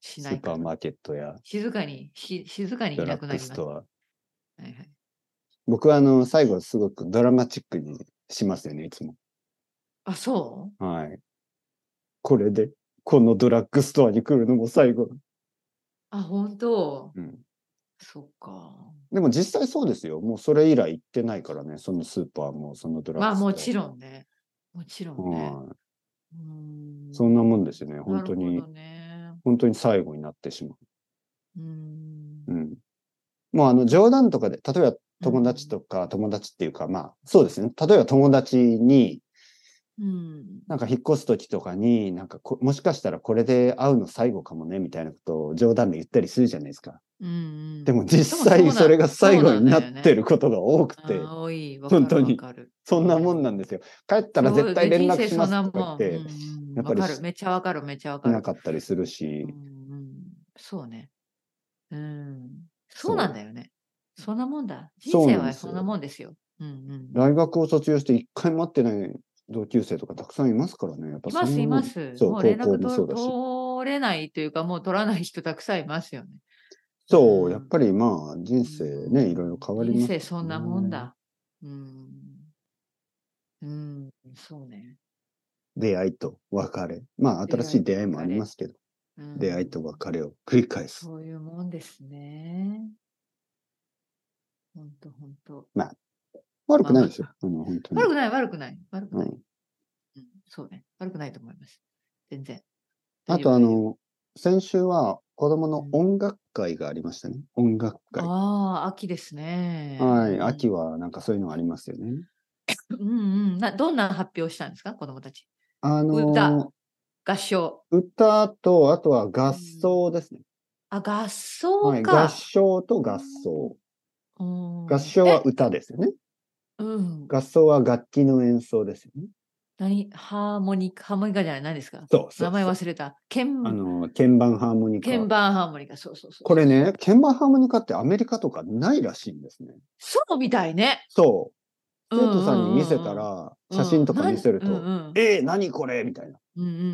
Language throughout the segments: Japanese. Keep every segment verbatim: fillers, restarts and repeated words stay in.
スーパーマーケットや静かに、し静かにいなくなります。 ドラッグストア。 はいはい。 僕はあの、最後すごくドラマチックにしますよね、いつも。 あ、そう？はい。これで、このドラッグストアに来るのも最後。 あ、本当。 うん。 そっか。 でも実際そうですよ。もうそれ以来行ってないからね、そのスーパーも、そのドラッまあグストアも。 もちろんね。もちろんね。 はい。 うーん。 そんなもんですよね、 な本当に。 るほどね。 本当に最後になってしまうーう。 ん。 うん。もうあの冗談とかで、例えば友達うん。 とか、友達っていうか、まあそうですね。例えば友達に、 うん。 なんか引っ越す時とかに、なんかこもしかしたらこれで会うの最後かもね、みたいなことを冗談で言ったりするじゃないですか。 うんうん。 でもでもそうな実際それが最後にそうなんだなってよね。 ることが多くて、 あ、多い。わかる本当に、 わかる。 そんなもんなんうん。 ですよ。帰ったら絶そう、ね、 対連人生そん絡しますとか言っなもん。 て、 うんうん。わかる。 やっぱりしめっちゃわかるめっちゃわかる。 なかったりするうんし、 うん。そうね。うん。そうなんそう、 だよね。そんなもんだ。人そう生はそんななんですよ。 もんですよ。うんうんうん。 大学を卒業して一回も会ってない同級生とかたくさんいますからね。やっぱいますいそんなもん。 ます。 そう、 もう連絡高校もそとうだし。 取れないというか、もう取らない人たくさんいますよね。うそう、やっん。 ぱりまあ人う生ね、いろいろん。 変わり人ますか生そんならね。 もんだ。うん。うん。そうね。 出会いと別れ。まあ新しい出会いと出会いもあ別れ。 りますけど、 う出会いとん。 別れを繰り返す。 そういうもんですね。ほんとほんと。 まあ、悪まあ、わくないですよ。あの、本当に。 悪くない悪くない。悪くない。 うん。 うん、そうね。悪くないと思います。全然。大あ丈夫大丈夫。 とあの、先週は子供のうん。 音楽会がありましたね。音楽会。 ああ、秋ですね。 はい。 うん。 秋はなんかそういうのありますよね。 うんうん。などんな発表したんですか？子供たち。 あ歌、 の、 合唱。 歌と、あとは合うん。 奏ですね。 あ、合奏はい。合か。 唱とう合奏。 ーん。うーん。 合唱はえ、 歌ですよね。 うん。 合奏は楽器の演奏ですよね。 何ハーモニカハーモニカじゃない、何ですか？ そうそ名うそう。 前忘れた。けんあの、鍵盤ハーモニカ。 鍵盤ハーモニカ。そうそうそうそうそう。 これね、鍵盤ハーモニカってアメリカとかないらしいんですね。 そうみたいね。 そう。 うんう生徒さんに見せたんら、 うんうん。うん、 写真とか見なんうんせると、 うん。 えー、何これみたいな。 うんうんうん。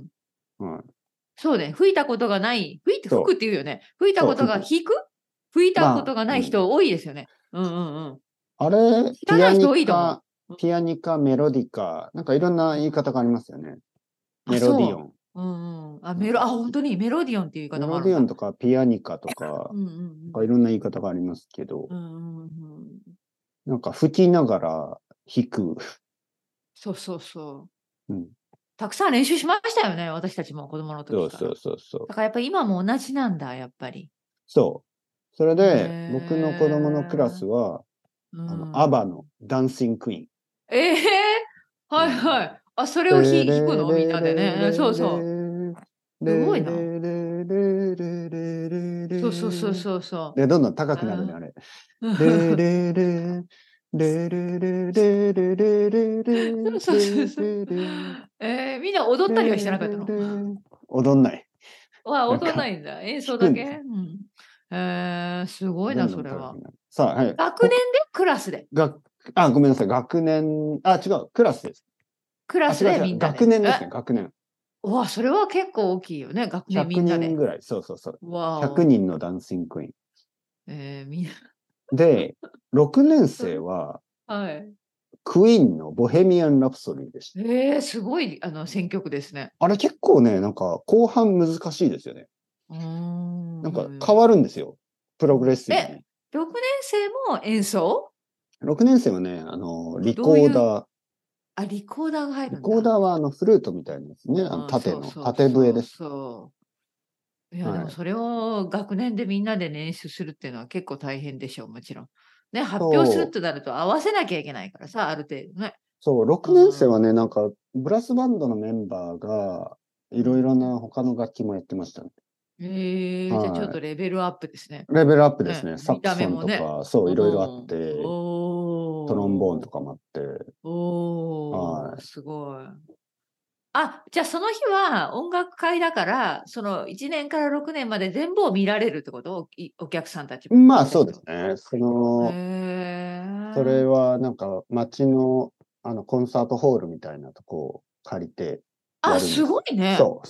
はい。 そうね、吹いたことがない、吹いて吹くそう。 って言うよね。吹いたそう、 ことが服。 弾く吹いたこまあ、 とがなうん。 い人多いですよね。うんうんうん。 あれ、 知らないピアニ人多いと思カ、 う。うん。 ピアニカ、メロディカ、なんかいろんなうん。 言い方がありますよね。 あ、 メロディオそン。 う。うんうん。あ、 なんか、 メロあ、ほんとにメロディオンっていう言いメロ方もあるんだ。 ディオンとかピアニカとか、 うんうんうなんかん。 いろんな言い方がありますけど、 うんうんうん。 なんか吹きながら弾く。 そうそうそう。 うん。 たくさん練習しましたよね、私たちも子供の時から。 そうそうそうそう。 だからやっぱ今も同じなんだ、やっぱり。 そう。それへで、僕の子供のクラスえ。 は、 うあの、アバのん。 ダンシングクイーン。 ええ！はいはい。 はい。あ、それをひ弾くレレの？みんなでね。 レレレえ、そうそう。 レすごいレレな。 レレレレレそうそうそうレそうそで、どんどんう。 高くなるね、 ああれ。レあ。 レレレレレレレレレレレそうそうそう。 レレええ、みんな踊ったりはしてなかったの？ 踊んない。 わ、踊んななんか、 いんだ。演奏だけ？ 弾くんですよ。 うん。へえ、すごいな、 どんどそれは。 ん高くなる。さあ、はい。 学年で？ ほか、 クラスで？ が、あ、ごめんなさい。学年、あ、違う。クラスです。あ、 クラスで違う違う。 みんなで。え、 学年ですね。学年。 うわ、それは結構大きいよね、学年み 100 んなで。 人ぐらい。そうそうそう。100 わお。 人のダンシングクイーン。 ええ、みんなで、ろくねんうん、 生は、 はい。 クイーンのボヘミアン・ラプソディでした。 ええ、すごい、あの、選曲ですね。 あれ結構ね、なんか後半難しいですよね。 うーん、 なんかへえ。 変わるんですよ。プログレッシブえ、 に。 ろくねん生も演奏？ ろくねん生はね、あの、リどういう、 コーダー。 あ、リコーダーが入リるんだ。 コーダーはあのフルートみたいなやつね。あのうん、 縦の、 そうそう縦笛そうです。 そう。いや、ではい。 もそれを学年でみんなで練習するっていうのは結構大変でしょう、もちろん。ね、発表するっそう、 てなると合わせなきゃいけないからさ、ある程度ね。 そう、 うろくねん生はね、 ん。 なんか、ブラスバンドのメンバーが、いろいろうん。 な他の楽器もやってましたね。 ええ、じゃあちょっとはレベルアップですね。 い。レベルアップですね、 ね。サッ見たクスフォン目もね。 とか、そう、 ういろいろあっん。 て、トロンボーンおお。 とかもあって、 おお、 はい。 すごい。あ、じゃあその日は音楽会だから、そのいちねんからろくねんまで全部を見られるってこと？おいお客さんたちも、 まあ、そう来た人。 ですね。そへの、それえ。 はなんか、街の、あの、コンサートホールみたいなとこを借りてやあ、するんですよ。 ごいね。 そう、そ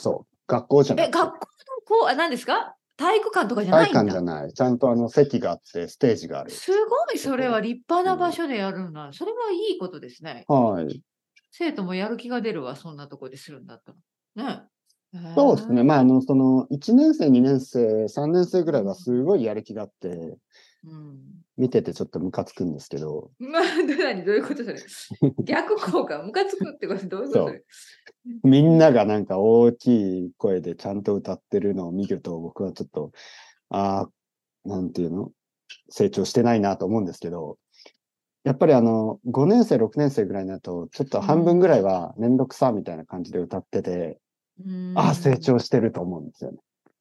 学校じゃなえ、 くて。 学校のこう、あ、何ですか体育館とかじゃ体育ないんだ。 館じゃない。ちゃんとあの席があって、ステージがある。 すごい、それは立派なうん場所でやるんだ。それはいいことですね。 はい。 生徒もやる気が出るわ、そんなとこでするんだったら。ね。へそうですね。まあ、あえ。 の、その、いちねん生、にねん生、さんねん生ぐらいはうん。 すごいやる気があって、 うん。 見ててちょっとムカつくんですけど、 まあ、ど何どういうことそれ。逆効果、ムカつくってことどういうことそそれ。 う。みんながなんか大きい声でちゃんと歌ってるのを見ると、僕はちょっと、ああ、なんていうの成長してないなと思うんですけど、やっぱりあの、ごねん生、ろくねん生ぐらいになると、ちょっとう半分ぐらいん。 はめんどくさみたいな感じで歌ってて、 うああ、成ん。 長してると思うんですよね。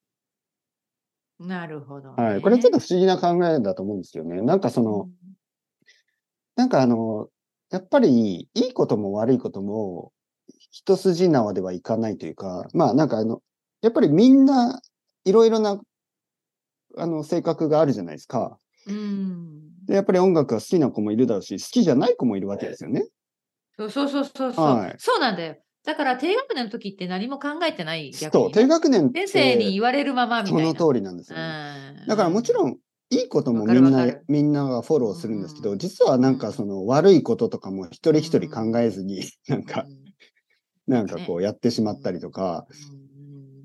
なるほどはい。これちょっとね。 不思議な考えだと思うんですよね。なんかその、 うん。 なんかあの、やっぱりいいことも悪いことも一筋縄ではいかないというか、まあなんかあの、やっぱりみんないろいろなあの性格があるじゃないですか。 うん。 で、やっぱり音楽が好きな子もいるだろうし、好きじゃない子もいるわけですよね。 そうそうそうそうそう。 はい。 そうなんだよ。だから低学年の時って何も考えてない、逆そう、低にね。 学年っ先生にて言われるままみそのたいな。 通りなんですうよね。だからもちん、 ろん、いいことうん。わもみんな、 かるわかる。 みんながフォローうするんですけど、 ん。 実はうなんかそん。 の悪いこととかも一う人一人考えん。 ずに、なんか、 うん。 なんかこね。 うやってしうん。 まったりとか、 うん。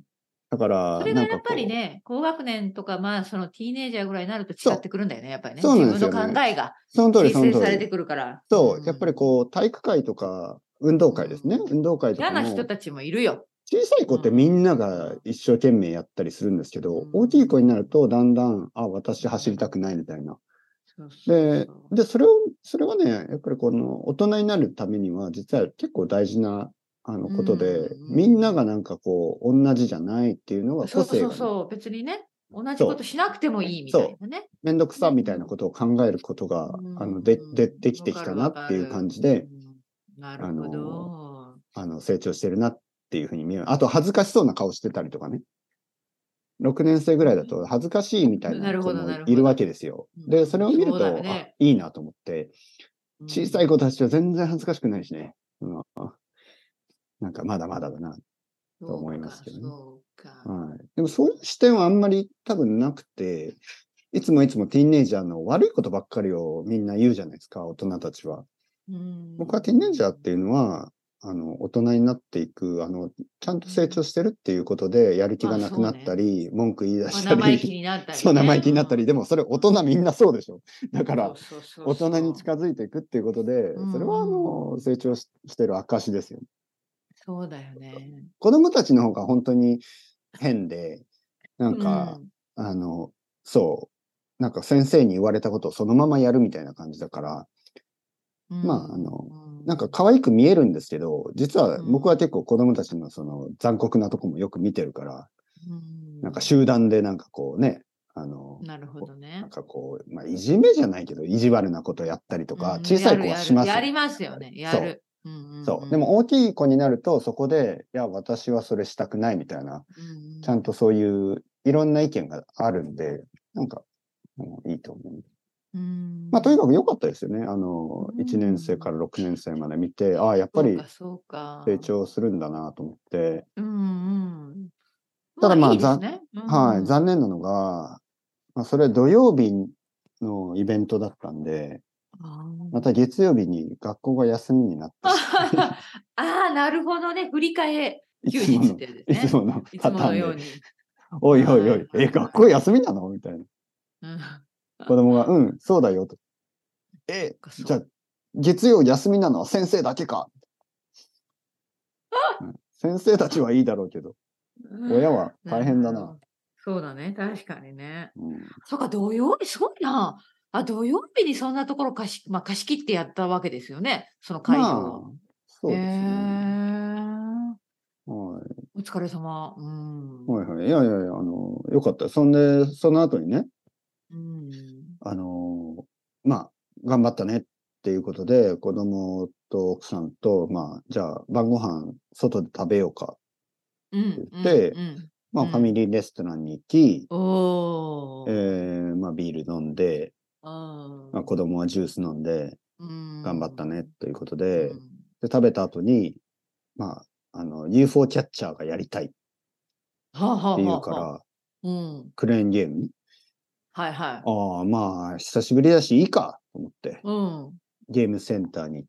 だからなんそれがやっかこう、 ぱりね、高学年とか、まあ、そのティーネイジャーぐらいになると違ってそう、 くるんだよね、やっぱりね。 そうなんで自分の考すよね。 えがその通り、 形その通り。 成されてくるから。うそう、やっぱりん。 こう、体育会とか、運動う会ですね。 ん。 運動会と嫌な人かも、 たちもいるよ。 小さい子ってみんうん。 なが一生懸命やったりするんですけうど、大きい子になるん。 とだんだん、あ、私うん。 走りたくないみたいな。 そうそうで、 そう。 で、それを、それはね、やっぱりこの大人になるためには、実は結構大事な、あの、 うことで、 ん、 みんながなんかこう、同じじゃないっていうのがそう個性がね、 そうそう、別にね、同じことそう、 しなくてもいいみたいそなね。 う、めんどくうん、 さみたいなことを考えることうが、あの、で、出てきん、わてきたかるわなっていうかる。 感じで、 うん、なるあほの、 ど。 あの、成長してるなっていうふうに見える。あと、恥ずかしそうな顔してたりとかね。ろくねん生ぐらいだと恥ずかしいみたいななるほど子もいるわなるほど。 けですよ。 うで、それん、 を見るそうだよと、あ、 ね。 いいなと思って、 う小さい子ん、 たちは全然恥ずかしくないしね。うん、なんかまだまだだなと思いそうか、 ますけどね。 そうか。 はい。でもそういう視点はあんまり多分なくて、いつもいつもティーンネイジャーの悪いことばっかりをみんな言うじゃないですか、大人たちは。 う僕はティーンネイジャーっん、 ていうのは、あの、大人になっていく、あの、ちゃんと成長うん、 してるっていうことで、やる気まあがなくなったそうね。 り、文句言い出まあ、 した生意気り、 になったそう生意りね。 気になったり、でもそれうん、 大人みんなそうでしょ。だかそうら、 そうそう大人にそ近づいていくっていうことで、 う。うそれはあん、うの、 ん、 成長ししてる証ですよね。 そうだよね。 子供たちの方が本当に変で、なんうか、 ん。 あの、そう、なんか先生に言われたことをそのままやるみたいな感じだから、 うまあ、あん、 の、 うん、 なんか可愛く見えるんですけど、実はう僕は結ん、 構子供たちのその残酷なとこもよく見てるから、 うなんかん。 集団でなんかこうね、あの、 なるほこどね。 なんかこう、まあ、いじめじゃないけど、意地悪なことやったりとか、 うん、 小さい子はやるやる。 しますよ。 やりますやっぱりよね。やそる。うんうう。そう。でんも大きい子になると、そこで、いや、私はそれしたくないみたいな、 うん。うんちゃんとそういういろんな意見があるんで、なんか、うん、いいと思う。 うまあ、とにん。 かく良かったですよね。あうの、いちねん生かん。 らろくねん生まで見て、ああ、やっぱそうか、 りそう成か。 長するんだなと思って。 うんうん。まあ、 ただまあ、 いいですざ、 ね。うはい、残ん。 念なのが、まあ、それ土曜日のイベントだったんで、またあ月曜日に学校が休みになってしまい、 あああ、なるほどね。振り替えいつもの、 休日ってやつですね。 いつものいつもパターンで、 のように。 おいおいおい、 はいはえ、 いはい。 学校休みなのみたいな。 うん。 子供が、うん、そうだよと。え、 そっか、そじゃあ、月曜休みなのは先生だけか。うん、先生たちはいいだろうけど、 う。 親はな大変だな。 るほど。そうだね、確かにね。 うん、 そうか、土曜日、すごいな。あ、土曜日にそんなところ貸しまあ、貸し切ってやったわけですよね、その会場を。 まあ、 へそうですね。 え。 はい。 お疲れ様。うん。 はいはい。いやいやいや、あの、よかった。そんで、その後にね、 うん。 あの、まあ、頑張ったねっていうことで、子供と奥さんと、まあ、じゃあ晩ご飯外で食べようかってうんうん言って、 うん。 まあ、ファミうん。 リーレストランに行き、 おえお。 ー、まあ、ビール飲んで、 あまあ、子あ。 供はジュース飲んで、 う頑張ったねん。 ということで、で、 うん。 食べた後に、まあ、あの、ユーフォー キャッチャーがやりたいっはあはって言うあはあはあ。 から、 うん。 クレーンゲームはいはい。 ああ、まあ、久しぶりだしいいかと思って、 うん。 ゲームセンターに行って、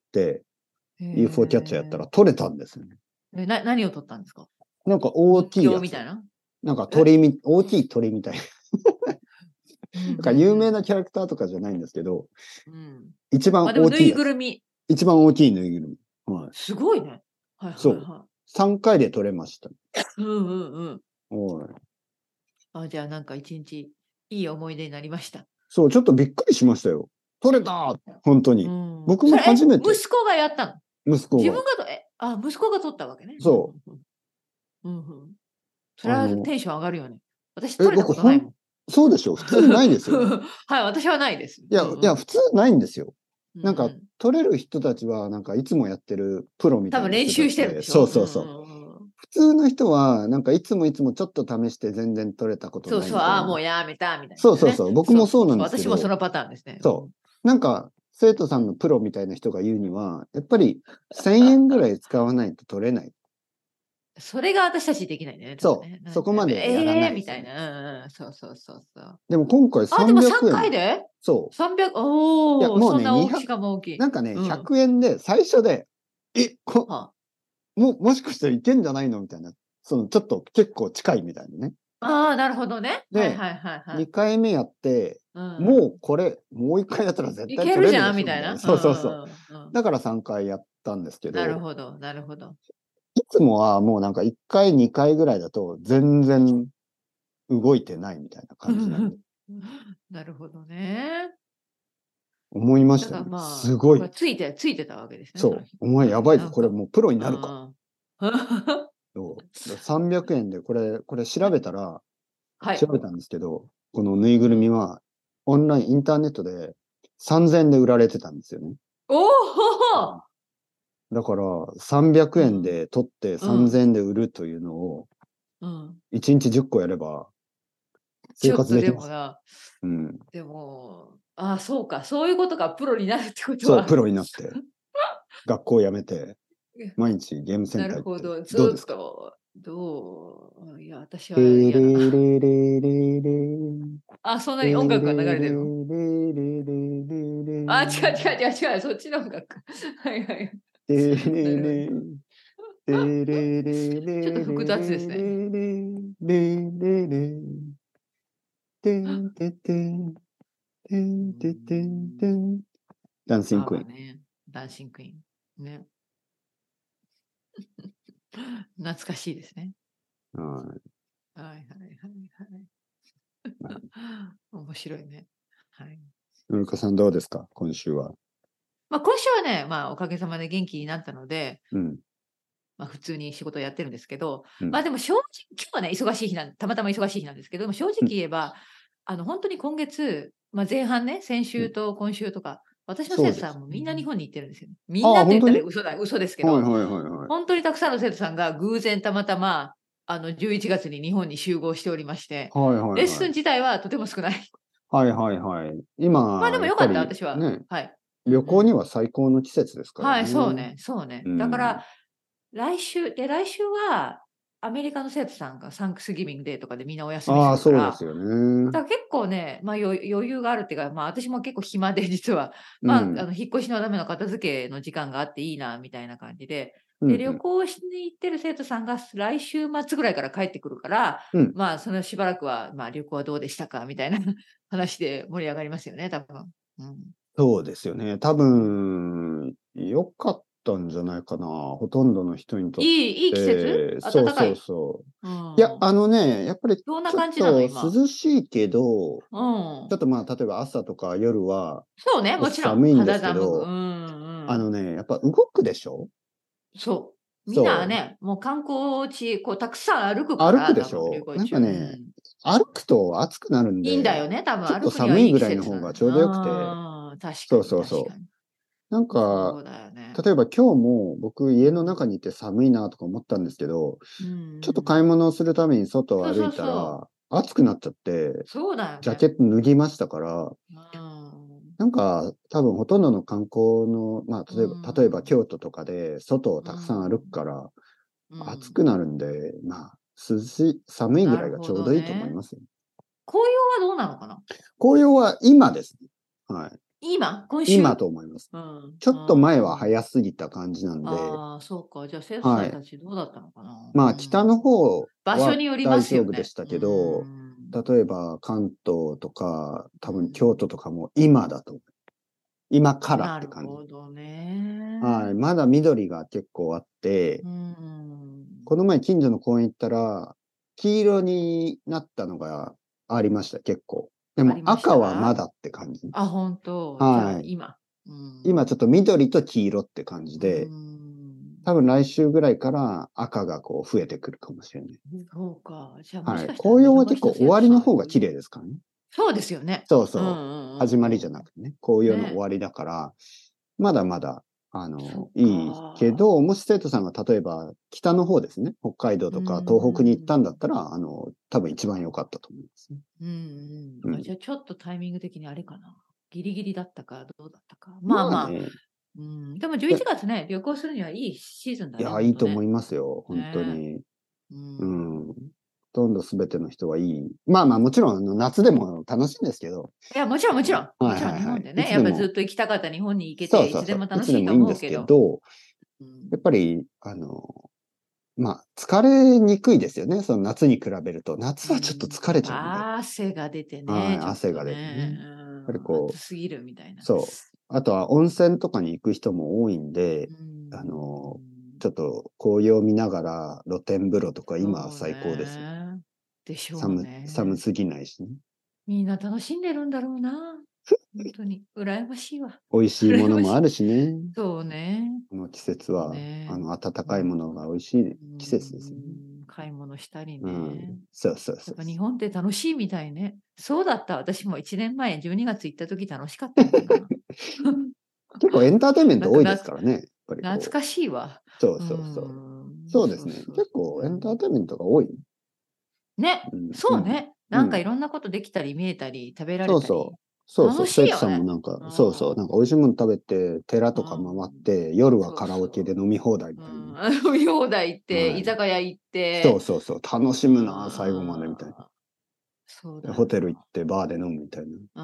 へユーフォー キャッチャーやったらえ。 取れたんですよね。 え、な何を取ったんですか？ なんか大人きいやつ。 形みたいな？ なんかえ？ 鳥み、大きい鳥みたいな。 うんうなんか有んうん。 名なキャラクターとかじゃないんですけど、 うん。 一番ま、でもぬい大きいやつ。 ぐるみ。 一番大きいぬいぐるみ。はい。 すごいね。はいはいそう。 はい。 さんかいで取れました。 うんうんうん。 はい。 あ、じゃあなんかいちにちいい思い出になりました。 そう、ちょっとびっくりしましたよ。取れた本当に。 うん。 僕もそれ、え、 初めて、 息子がやったの？ 息子が。 自分がとえ、あ、息子が取ったわけね。うん、 そふんふん。うんふん。そう。 れあの、 はテンション上がるよね。私え、 取れた僕ほん、 ことないもん。 そうでしょ普通ないですよね。 はい、私はないです。 いや、いや、 うんうん。 普通ないんですよ。 うんうなんか、 ん。 取れる人たちは、なんか、いつもやってるプロみ多分たいな人た練習しちで、そうてるんでしょ？うんうそうそう。 んうん。 普通の人は、なんか、いつもいつもちょっと試して全然取れたことそうそう、ああ、 ないみたいな。 もうやめたみたいなね。 そうそうそう。僕もそうなそうそうそう。 んですけど、 私もそのパターンですね。うん。 そう。なんか、生徒さんのプロみたいな人が言うには、やっぱりせんえんぐらい使わないと取れない。 それが私たちできないんだよね、多分そう。 ね。なんか、 そこまでやらええ！ ないですよね。 みたいな。うんうん。そうそうそうそう。 でも今回あ、でも 300 3 円。 回でそう。 さんびゃく、 いや、 おお、 もうね、 そんな大きしにひゃく、 かも大きい。 なんかね、 うん。 ひゃくえんで最初で、え、こ、 はあ。 ももしかしたらいけんじゃないのみたいな。その、ちょっと結構近いみたいなね。 ああ、なるほどね。はいで、 はいはいはい。 にかいめやって、 うんうもうん。 これ、もういっかいやったら絶い対けるじゃん取れるでしょ、みたいな。 みたいな。うんそうそうそう。 うんうんうん。 だからさんかいやったんですけなるど、 ほどなるほど。 いつもはもうなんかいっかい、にかいぐらいだと全然動いてないみたいな感じなんで、 なるほどね。 思いましだからたね。 まあ、 すごい。 これついてついてたわけですね、そのそう。 日。 お前なるほどね。 やばいぞ。 なんか、 これもうプロにうなるか。 ん。 そう。さんびゃくえんで、これ、これ調べたら、 はい。 調べたんですけど、このぬいぐうん。 るみは、オンライン、インターネットでさんぜんえんで売られてたんですよね。 おお！ だから、300 うん。 円で取ってうん。 さんぜんえんで売るというのを、 うん。 いちにちじゅっこやれば生ちょっと活できます。 でもな、 うん。 でも、ああ、そうか、そういうことか、プロになるってことそう、プは。 ロになって、学校辞めて、毎日ゲームセンなター行って、 るほど、ずっどうですか？ と、どういや、私はレ嫌だ。 レレレレレあ、そんなに音レレ楽が流れてるの？ レレレレレあ、違うレ違う違う違う、そっちの音楽か。はいはい。 レなるほど。 レレレレレレちょっとレ複雑ですね。 レレレレてんててんてうーんててんてん。 んダンシングあクイーン。 あね、ダンシングクイーン。ね。懐かしいですね。 はい。 はいはいはいはい。 まあ、 面白いね。はい。 のりこさんどうですか今週は？ まあ、今週はね、まあ、おかげさまで元気になったので、 うん、 まあ、普通に仕事をやってるんですけど、 うん、 まあ、でも正直、今日はね、忙しい日なんたまたま忙しい日なんですけど、でも正直うん、 言えば、あの、本当に今月、まあ、前半ね、先うん。 週と今週とか、私の生徒さんそうです。 もみんな日本に行ってるんですよ。みんああ、 なって言ったら本当に嘘だ嘘ですけど、 はいはいはいはい。 本当にたくさんの生徒さんが偶然たまたま、あの、じゅういちがつに日本に集合しておりまして、 はいはいレッスンはい。 自体はとても少ない。 はいはいはい。 まあ、で今、 も良かった、 やっぱり私は。 ね、 はい。うんう旅行にん。 は最高の季節ですからはい、そうね。 ね、そうね。 うん。 だから、来週で、来週はアメリカの生徒さんがサンクスギビングデーとかでみんなお休みすああ、 るから、 そうですよね。 だから結構ね、まあ、よ余裕があるっていうか、まあ、私も結構暇で実は、まあ、あうん。 の、引っ越しのための片付けの時間があっていいなみたいな感じで、で、旅うんうん。 行しに行ってる生徒さんが来週末ぐらいから帰ってくるから、 うん。 まあ、そのしばらくは、まあ、旅行はどうでしたかみたいな話で盛り上がりますよね、多分。うん。 そうですよね。多分、良かったんじゃないかな。ほとんどの人にとっいいいい季節？ て。そうそう暖かい？ そう。 ういや、 ん。 あのね、やっぱりどんなちょっ感じなの？ と今。 涼しいけど、 うん。 ちょっとまあ、例えば朝とか夜はそうね、もちろん。 寒いんですけ肌寒く。うど、 んうん。 あのね、やっぱ動くでしょ？ そう。みんなそう。 ね、もう観光地、こうたくさん歩くか歩くら、多分旅でしょ？なん行中。 かね、 うん。 歩くと暑くなるんいいんだで、 よね、多分ちょっと歩くにはいい季寒いぐらいの節な方がちょうどよくて、 の。うん、確そうかにそうそう。 確かに。 なんか、 そうだよね。 例えば今日も僕家のうん。 中にいて寒いなとか思ったんですけど、 うんうちょっと買いん。 物をするために外をそうそう歩いたそう。 ら、暑くなっちゃって、 そうだよジャケね。 ット脱ぎましたから、 うん。 なんか多分ほとんどの観光の、まあう例えば、例えばん。 京都とかで外をうたくさん歩くん。 からうん。 暑くなるんで、まあ涼し寒いぐらいがちょうどいいと思いね、 ますよ。 紅葉はどうなのかな？ 紅葉は今ですね。はい。 今？今週？ 今と思います。 うん。 ちょっと前はあ早すぎた感じなんあ、 で、 ああ、そうか。じゃあ生徒さんはい。 たちどうだったのかな？ まあ、 うん。 北の方場所はによりま大すよね。 丈夫でしたうけど、 ん。 例えば関東とか、多分京うん。 都とかも今だと思う。今からっなるて感じ。 ほどはい。 ね。 まだ緑が結構あってう、ん。 この前近所の公園行ったら、黄色になったのがありました、結構。でもありまし赤はまた？ だって感じ。 あ、本当。じゃあはい。 今。うん。 今ちょっと緑と黄色って感じうで、 ん。 多分来週ぐらいから赤がこう増えてくるかもしれない。 そうか。じゃあもしはい。 かしたら紅葉は見逃した結構終わ生徒さんりの方が綺いる。 麗ですからね。 そうですよね。 そううんうそう。 ん始まりじゃうんうなくてね、紅葉ん。ね。 の終わりだから、まだまだ、あそっの、いいけか。 ど、もし生徒さんが例えば北の方ですね、北海道うとか東北に行ったんだっん。 たら、あの、多分一番良かったと思いますね。 うんうん。あ、 うん。 じゃあちょっとタイミング的にあれかな。ギリギリだったか、どうだったか。まあまあ。 まあね、 うん。でも11 で、 月ね、旅行するにはいいシーズンだね、 いや、 ほんとね。 いいと思いますよ、本当ね。 に。 ううん。 ん。ほとんど全ての人はいい。まあまあ、もちろん、あの、夏でも楽しいんですけど、 いや、もちろんもちろん。もはいちろんはいはい。 日本でね、やっぱりずっいつでも、 と行きたかった日本に行けて、いつでそうそうそう、いつでも楽しいともいいんです思うけど。 けど、 うん。 やっぱり、あの、まあ、疲れにくいですよね、その夏に比べると。夏うはちょっとん。 疲れちゃうんで。 汗が出てはい、 ね、ちょっ汗が出てね。 とね。 やっうぱりん。 こう、 暑すぎるみたいな。 そう。あとは温泉とかに行く人も多いんで、 うあの、 ん。 ちょっと紅葉見ながら露天風呂とか今はそう最高ですよ。 ね。でしょう寒、寒ね。 すぎないしね。 みんな楽しんでるんだろうな。本当に。羨ましいわ。 美味しいものもあ羨ましい。 るしね。 そうね。 この季節そうは、あね。 の、温かい本当。 ものが美味しいう季節ですよね。 ん。買い物したりうね。 ん。そうそうやっぱ日そうそう。 本って楽しいみたいね。そうだった。私もいちねんまえじゅうにがつ行った時楽しかったもんな。 結構エンターテインメント多いですなんかなからね。やっぱりこう。 懐かしいわ。 そううそうそう。 ん。 そうですね。 そうそう結そう。 構エンターテインメントが多い。 ね、 うん、うん、 そうね。 うん。 なんかいろんなことできたり見えたり食べられたり、 そうそう。そうそ楽う。生徒さんもしいよね。 なんか、 うん。 そうそう。なんか美味しいもの食べて、寺うとか回っん。 て、夜はそうカラオケでそ飲み放題みう。うたいな。 ん。飲み放題行って、居はい。 酒屋行っそうて、 そうそう。楽しうむな、最後までみたいん。そうな。 だホテル行っよ。 てバーで飲むみたいな。 うん。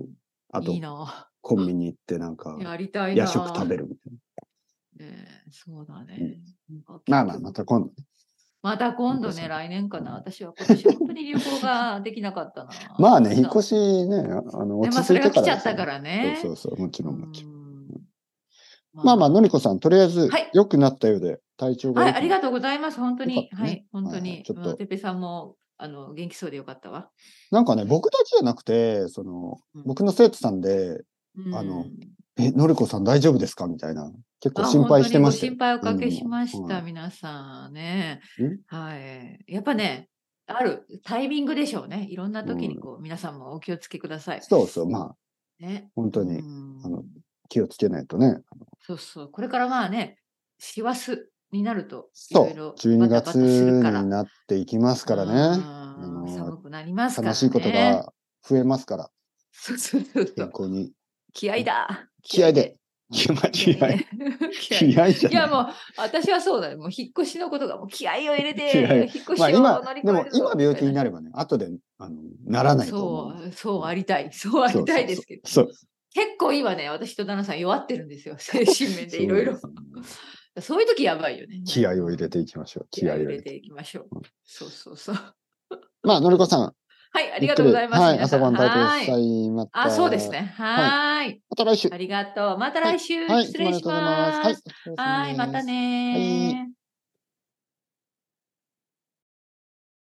いいあと、 な。 コンビニ行ってなんか、 やりたい夜食食べな。 るみたいねえ、そうだな。うん、 ね。あ、 まあまあ、ま結局。 た今度ね。 また今度ね、 のりこさん。 来年かな。 うん、 私は今年本当に旅行ができなかったな。 まあね、引っ越さしね、あの、 ね、まあ、 落ち着いてそれが来からですよね。 ちゃったからそうそね。 うそう。もちうーろんもちろん。 ん。 まあまあ、のりまあ、 こさん、とりあえずはい。 良くなったようで、体調がはい、あ良くなってりがとうございます。本当に。 良かったね。 はい、本はいはい。 当に。うん、 ちょっと、 てっぺいさんも、あの、元気そうでよかったわ。 なんかね、 はい。 僕たちじゃなくて、その、 うん。 僕の生徒さんで、 うあの、 ん。 え、のりこさん大丈夫ですかみたいな、結構あ、 心配本当にごしてましたよ。 心配おかけしみんなも。 ました、 は皆さんね。 い。んはい。やっぱね、あるタイミングでしょうね。いろんなうん。 時にこう、皆さんもお気をつけください。 そうそう、まあ、 ね。う本当に、あの、 ん。 気をつけないとね。 そうそう。これからまあね、師走になると、いろいそう、 ろ 12 バタバタする月から、 になっていきますうからね。あーん、 の、 寒くなりますから楽しいことね。 が増えますから、 そうそうそうそう。 健康に。 気合いだ。気気合で。 合いで。 気合、 気合いで。 気合、 気合い。 気合じゃいや、 ない。 もう、私はそうだよ。もう引っ越しのことが、もう気合を入れ気合。 て、引っ越まあ今、 しを乗り越でもえるぞ、み今病たいな。 気になればね、後で、あの、ならないと思うんで。 そう、そううん、 ありたい。そうありそうそうそう。 たいですけど。 そう。 結構今ね、私と旦那さん弱ってるんですよ。精神面でいろいろ。 そうですね。 そういう時やばいよね。 気合を入れうん。 ていきましょう。 気気合を入れて。 合を入れていきましょう。 うん、 そうそうそう。 まあ、のりこさん、 はい、ありがゆっくり、 とうございます、 はい、 皆さん。 朝ごはん食べてくだはーい。 さい。また、 あ、そうですね。 はい。 はーい。 また来週。 ありがとう。またはい。 来週、 はい、いつもありが失礼しとうございます。はい、 ます。 お疲れ様はーい、またです。はい。 ねー。